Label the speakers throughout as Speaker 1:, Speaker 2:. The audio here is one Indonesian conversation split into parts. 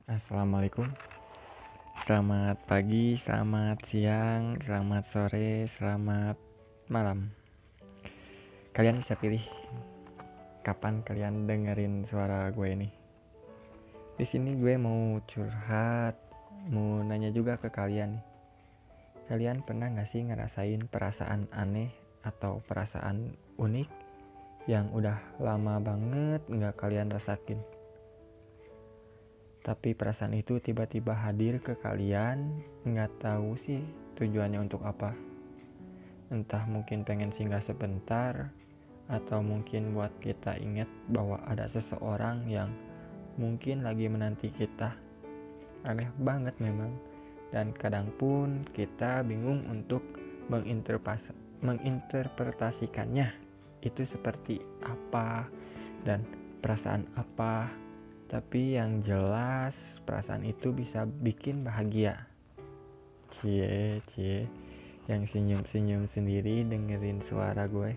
Speaker 1: Assalamualaikum. Selamat pagi, selamat siang, selamat sore, selamat malam. Kalian bisa pilih kapan kalian dengerin suara gue ini. Di sini gue mau curhat, mau nanya juga ke kalian. Kalian pernah gak sih ngerasain perasaan aneh atau perasaan unik yang udah lama banget gak kalian rasakin? Tapi perasaan itu tiba-tiba hadir ke kalian, nggak tahu sih tujuannya untuk apa. Entah mungkin pengen singgah sebentar, atau mungkin buat kita ingat bahwa ada seseorang yang mungkin lagi menanti kita. Aneh banget memang. Dan kadang pun kita bingung untuk menginterpretasikannya. Itu seperti apa dan perasaan apa. Tapi yang jelas perasaan itu bisa bikin bahagia. Cie, yang senyum-senyum sendiri dengerin suara gue.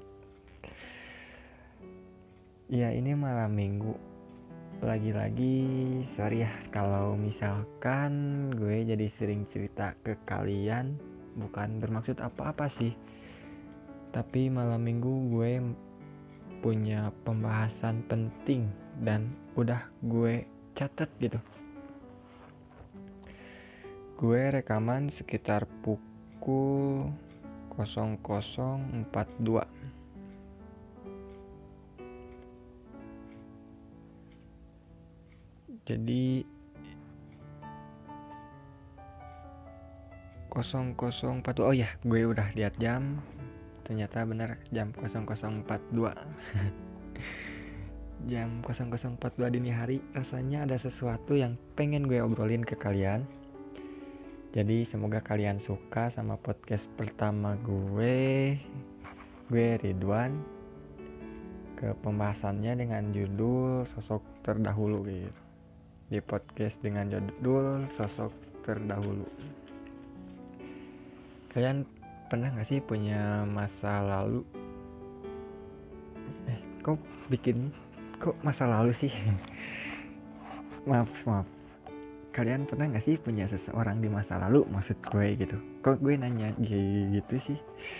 Speaker 1: Ya ini malam minggu. Lagi-lagi sorry ya kalau misalkan gue jadi sering cerita ke kalian. Bukan bermaksud apa-apa sih. Tapi malam minggu gue punya pembahasan penting dan udah gue catat gitu. Gue rekaman sekitar pukul 00.42. Jadi 00.42. Oh ya, gue udah lihat jam. Ternyata benar jam 00.42. Jam 00.42 dini hari. Rasanya ada sesuatu yang pengen gue obrolin ke kalian. Jadi semoga kalian suka sama podcast pertama gue. Gue Ridwan. Ke pembahasannya dengan judul sosok terdahulu gitu. Di podcast dengan judul sosok terdahulu. Kalian pernah gak sih punya masa lalu? Kok masa lalu sih? maaf. Kalian pernah gak sih punya seseorang di masa lalu? Maksud gue gitu. Kok gue nanya gitu sih?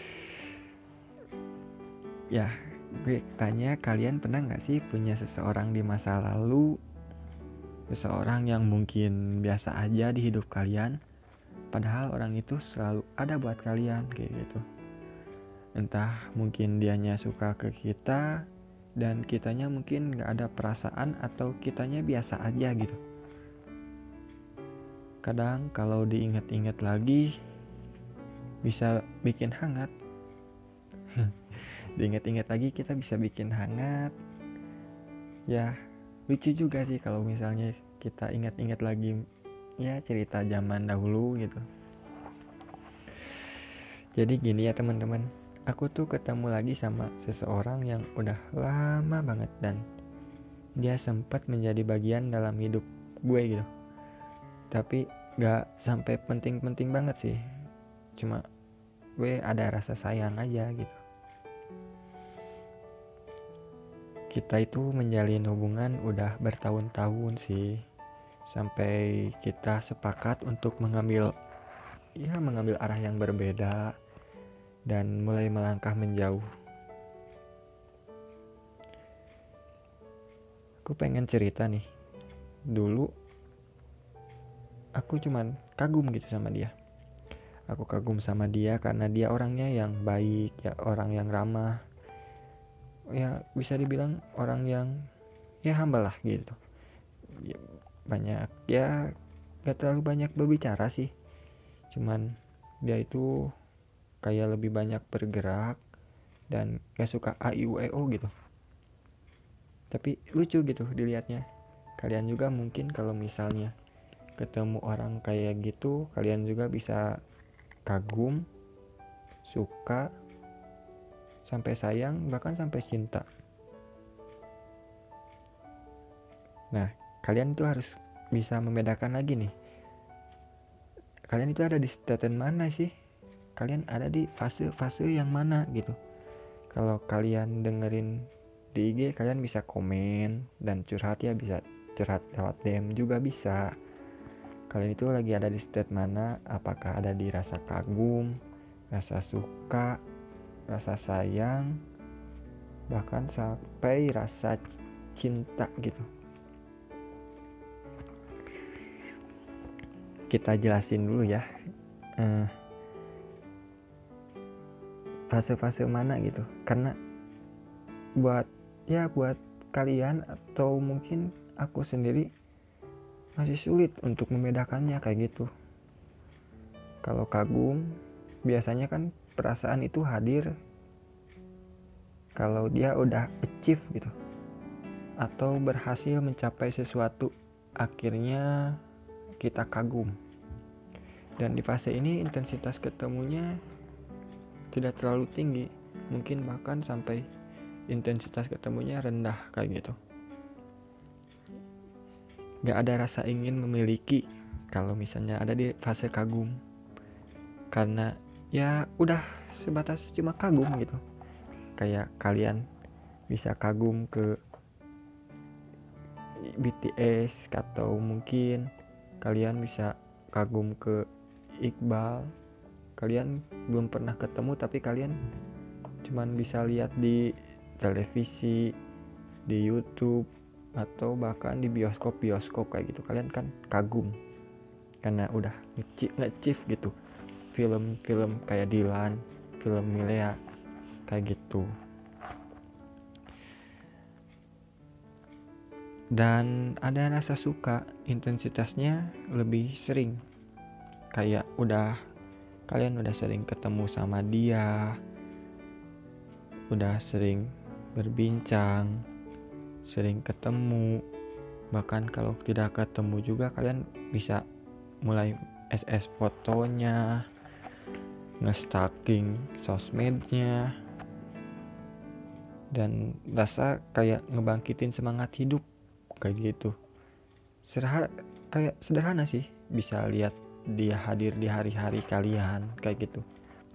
Speaker 1: Ya, gue tanya kalian pernah gak sih punya seseorang di masa lalu? Seseorang yang mungkin biasa aja di hidup kalian, padahal orang itu selalu ada buat kalian kayak gitu. Entah mungkin dianya suka ke kita dan kitanya mungkin gak ada perasaan atau kitanya biasa aja gitu. Kadang kalau diingat-ingat lagi bisa bikin hangat. Diingat-ingat lagi kita bisa bikin hangat. Ya lucu juga sih kalau misalnya kita ingat-ingat lagi ya cerita zaman dahulu gitu. Jadi gini ya teman-teman, aku tuh ketemu lagi sama seseorang yang udah lama banget dan dia sempat menjadi bagian dalam hidup gue gitu. Tapi gak sampai penting-penting banget sih, cuma gue ada rasa sayang aja gitu. Kita itu menjalin hubungan udah bertahun-tahun sih, sampai kita sepakat untuk mengambil arah yang berbeda dan mulai melangkah menjauh. Aku pengen cerita nih. Dulu aku cuman kagum gitu sama dia. Aku kagum sama dia karena dia orangnya yang baik, ya orang yang ramah. Ya bisa dibilang orang yang ya humble lah gitu. Ya, banyak ya gak terlalu banyak berbicara sih. Cuman dia itu kayak lebih banyak bergerak dan gak suka AIUEO gitu. Tapi lucu gitu dilihatnya. Kalian juga mungkin kalau misalnya ketemu orang kayak gitu, kalian juga bisa kagum, suka, sampai sayang, bahkan sampai cinta. Nah, kalian tuh harus bisa membedakan lagi nih. Kalian itu ada di stadium mana sih? Kalian ada di fase yang mana gitu. Kalau kalian dengerin di IG, kalian bisa komen dan curhat ya, bisa curhat lewat DM juga bisa. Kalian itu lagi ada di state mana? Apakah ada di rasa kagum, rasa suka, rasa sayang, bahkan sampai rasa cinta gitu. Kita jelasin dulu ya, fase-fase mana gitu. Karena buat kalian atau mungkin aku sendiri masih sulit untuk membedakannya kayak gitu. Kalau kagum biasanya kan perasaan itu hadir kalau dia udah achieve gitu, atau berhasil mencapai sesuatu, akhirnya kita kagum. Dan di fase ini intensitas ketemunya tidak terlalu tinggi, mungkin bahkan sampai intensitas ketemunya rendah kayak gitu. Gak ada rasa ingin memiliki kalau misalnya ada di fase kagum, karena ya udah sebatas cuma kagum gitu. Kayak kalian bisa kagum ke BTS, atau mungkin kalian bisa kagum ke Iqbal. Kalian belum pernah ketemu tapi kalian cuman bisa lihat di televisi, di YouTube, atau bahkan di bioskop kayak gitu. Kalian kan kagum karena udah nge-achieve gitu film-film kayak Dilan, film Milea kayak gitu. Dan ada rasa suka, intensitasnya lebih sering. Kayak kalian udah sering ketemu sama dia, udah sering berbincang, sering ketemu. Bahkan kalau tidak ketemu juga kalian bisa mulai SS fotonya, nge-stalking sosmednya, dan rasa kayak ngebangkitin semangat hidup kayak gitu. Kayak sederhana sih, bisa lihat dia hadir di hari-hari kalian kayak gitu.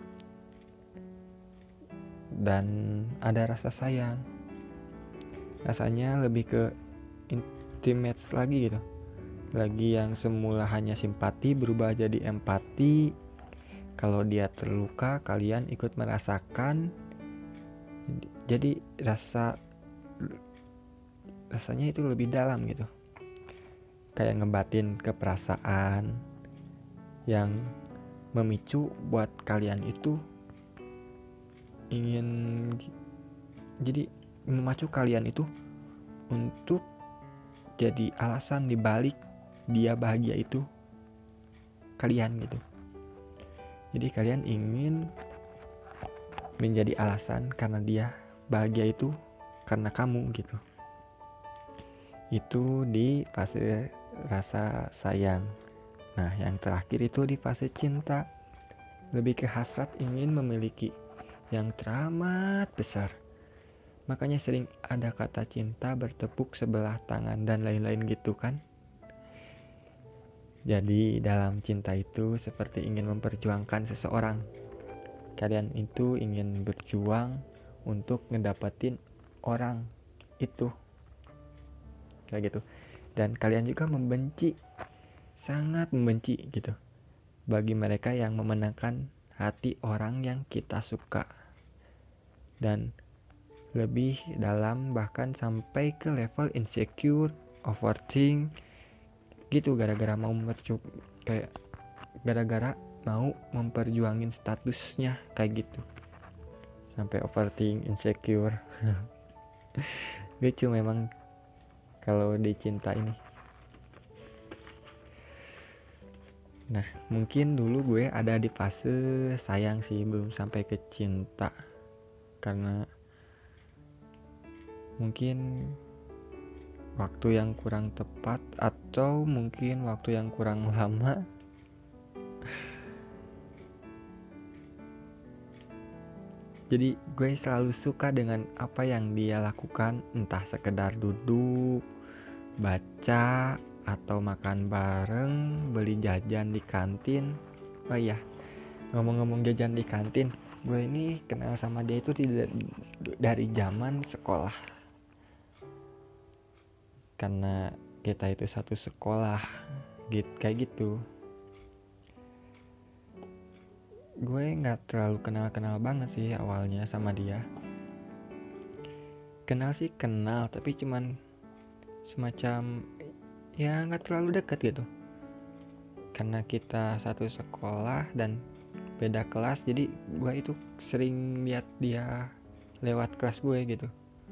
Speaker 1: Dan ada rasa sayang, rasanya lebih ke intimate lagi gitu. Lagi yang semula hanya simpati berubah jadi empati. Kalau dia terluka, kalian ikut merasakan. Jadi rasanya itu lebih dalam gitu. Kayak ngebatin ke perasaan yang memicu buat kalian itu memacu kalian itu untuk jadi alasan dibalik dia bahagia itu kalian gitu. Jadi kalian ingin menjadi alasan karena dia bahagia itu karena kamu gitu. Itu di fase rasa sayang. Nah, yang terakhir itu di fase cinta. Lebih ke hasrat ingin memiliki yang teramat besar. Makanya sering ada kata cinta bertepuk sebelah tangan dan lain-lain gitu kan. Jadi dalam cinta itu seperti ingin memperjuangkan seseorang. Kalian itu ingin berjuang untuk ngedapetin orang itu kayak gitu. Dan kalian juga sangat membenci gitu bagi mereka yang memenangkan hati orang yang kita suka. Dan lebih dalam, bahkan sampai ke level insecure, overthink gitu, gara-gara mau memperjuangin statusnya kayak gitu, sampai overthink, insecure. Lucu memang kalau dicinta ini. Nah, mungkin dulu gue ada di fase sayang sih, belum sampai ke cinta. Karena mungkin waktu yang kurang tepat, atau mungkin waktu yang kurang lama. Jadi gue selalu suka dengan apa yang dia lakukan, entah sekedar duduk, baca, atau makan bareng, beli jajan di kantin. Oh iya, ngomong-ngomong jajan di kantin, gue ini kenal sama dia itu dari zaman sekolah. Karena kita itu satu sekolah gitu, kayak gitu. Gue nggak terlalu kenal banget sih awalnya sama dia. Kenal sih kenal, tapi cuman semacam ya nggak terlalu dekat gitu. Karena kita satu sekolah dan beda kelas, jadi gue itu sering lihat dia lewat kelas gue gitu.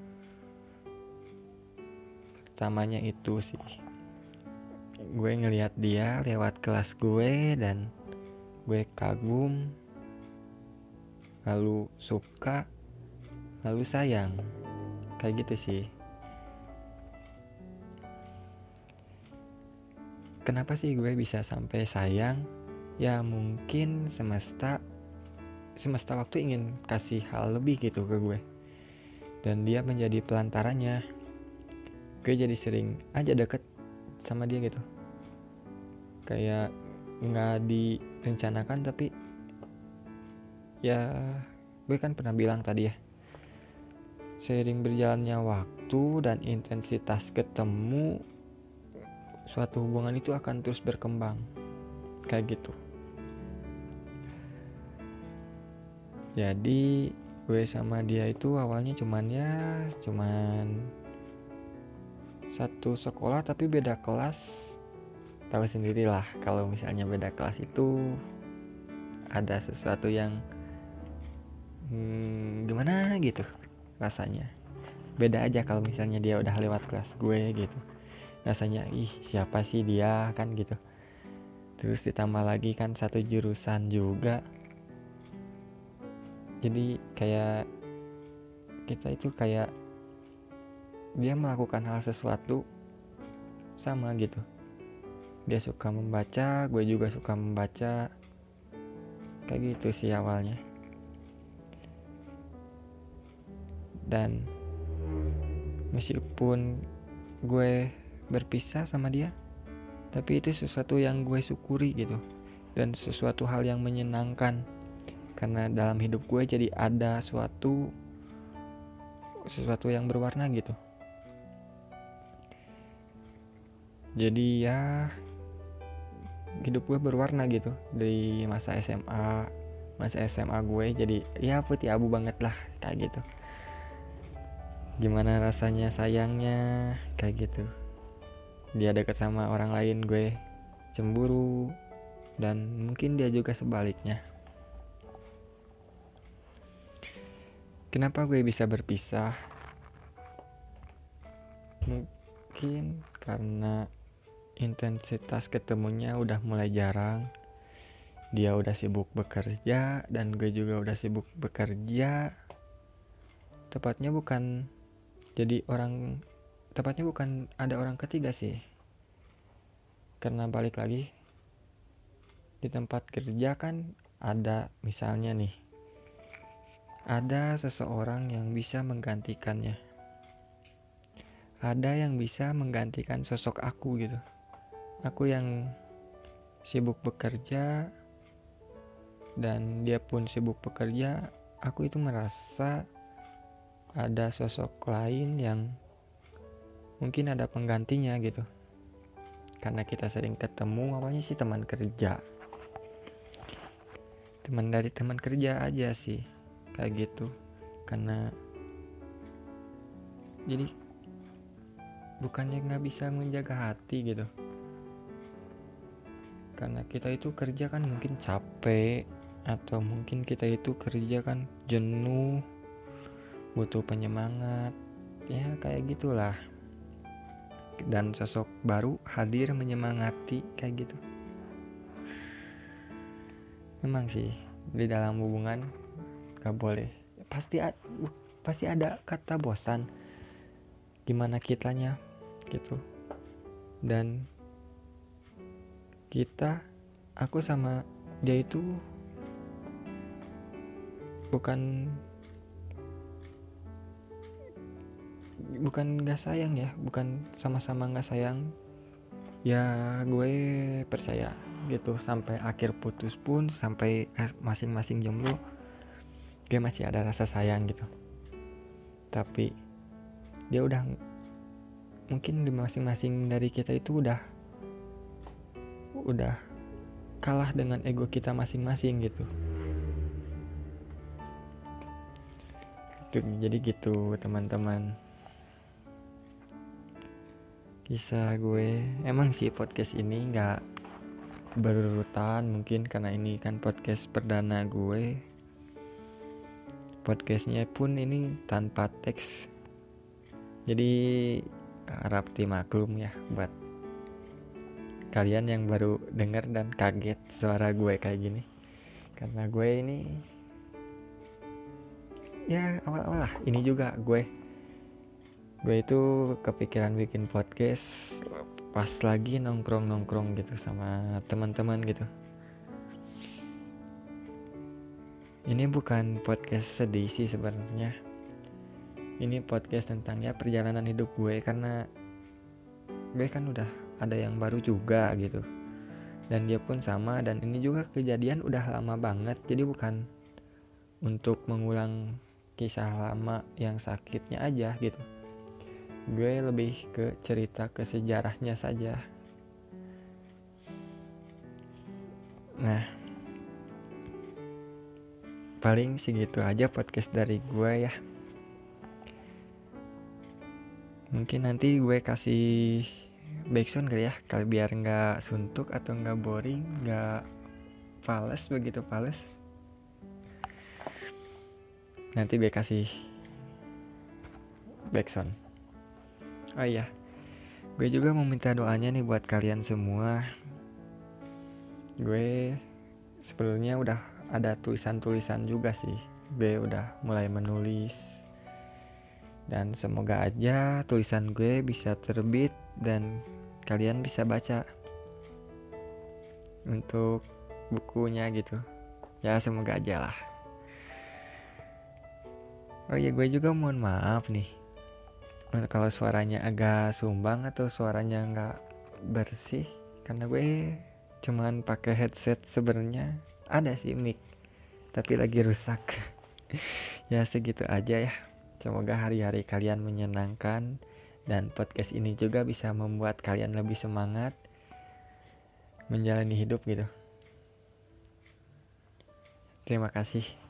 Speaker 1: Pertamanya itu sih, gue ngelihat dia lewat kelas gue dan gue kagum, lalu suka, lalu sayang, kayak gitu sih. Kenapa sih gue bisa sampai sayang? Ya mungkin semesta waktu ingin kasih hal lebih gitu ke gue, dan dia menjadi pelantarannya. Gue jadi sering aja deket sama dia gitu, kayak nggak direncanakan, tapi ya gue kan pernah bilang tadi ya, seiring berjalannya waktu dan intensitas ketemu, suatu hubungan itu akan terus berkembang, kayak gitu. Jadi gue sama dia itu awalnya cuman satu sekolah tapi beda kelas. Tahu sendirilah kalau misalnya beda kelas itu ada sesuatu yang gimana gitu rasanya. Beda aja kalau misalnya dia udah lewat kelas gue gitu. Rasanya siapa sih dia kan gitu. Terus ditambah lagi kan satu jurusan juga. Jadi kayak kita itu kayak dia melakukan hal sesuatu sama gitu. Dia suka membaca, gue juga suka membaca. Kayak gitu sih awalnya. Dan meskipun gue berpisah sama dia, tapi itu sesuatu yang gue syukuri gitu, dan sesuatu hal yang menyenangkan. Karena dalam hidup gue jadi ada sesuatu yang berwarna gitu. Jadi ya hidup gue berwarna gitu dari masa SMA gue, jadi ya putih abu banget lah kayak gitu. Gimana rasanya sayangnya kayak gitu. Dia dekat sama orang lain, gue cemburu, dan mungkin dia juga sebaliknya. Kenapa gue bisa berpisah? Mungkin karena intensitas ketemunya udah mulai jarang. Dia udah sibuk bekerja dan gue juga udah sibuk bekerja. Tepatnya bukan ada orang ketiga sih. Karena balik lagi, di tempat kerja kan ada misalnya nih, ada seseorang yang bisa menggantikannya. Ada yang bisa menggantikan sosok aku gitu. Aku yang sibuk bekerja dan dia pun sibuk bekerja. Aku itu merasa ada sosok lain yang mungkin ada penggantinya gitu. Karena kita sering ketemu, awalnya sih teman kerja. Teman kerja aja sih, kayak gitu. Karena jadi bukannya gak bisa menjaga hati gitu, karena kita itu kerja kan mungkin capek, atau mungkin kita itu kerja kan jenuh, butuh penyemangat, ya kayak gitulah. Dan sosok baru hadir menyemangati kayak gitu. Memang sih di dalam hubungan gak boleh, pasti ada kata bosan, gimana kitanya gitu. Dan aku sama dia itu bukan gak sayang ya, bukan sama-sama gak sayang ya. Gue percaya gitu, sampai akhir putus pun, sampai masing-masing jomblo, gue masih ada rasa sayang gitu. Tapi dia udah mungkin di masing-masing dari kita itu udah kalah dengan ego kita masing-masing gitu. Jadi gitu teman-teman, kisah gue. Emang sih podcast ini gak berurutan, mungkin karena ini kan podcast perdana gue. Podcastnya pun ini tanpa teks, jadi harap dimaklum ya buat kalian yang baru denger dan kaget suara gue kayak gini. Karena gue ini ya awal-awal lah, ini juga gue itu kepikiran bikin podcast pas lagi nongkrong gitu sama teman-teman gitu. Ini bukan podcast sedih sih sebenarnya. Ini podcast tentang ya perjalanan hidup gue, karena gue kan udah ada yang baru juga gitu. Dan dia pun sama, dan ini juga kejadian udah lama banget. Jadi bukan untuk mengulang kisah lama yang sakitnya aja gitu. Gue lebih ke cerita ke sejarahnya saja. Nah, paling segitu aja podcast dari gue ya. Mungkin nanti gue kasih backsound kali ya, biar gak suntuk atau gak boring, gak fales, begitu fales. Nanti gue kasih backsound. Oh iya, gue juga mau minta doanya nih buat kalian semua. Gue sebelumnya udah ada tulisan-tulisan juga sih. Gue udah mulai menulis, dan semoga aja tulisan gue bisa terbit dan kalian bisa baca untuk bukunya gitu. Ya semoga aja lah. Oh iya, gue juga mohon maaf nih kalau suaranya agak sumbang atau suaranya nggak bersih, karena gue cuman pakai headset. Sebenarnya ada sih mic tapi lagi rusak. Ya segitu aja ya. Semoga hari-hari kalian menyenangkan, dan podcast ini juga bisa membuat kalian lebih semangat menjalani hidup gitu. Terima kasih.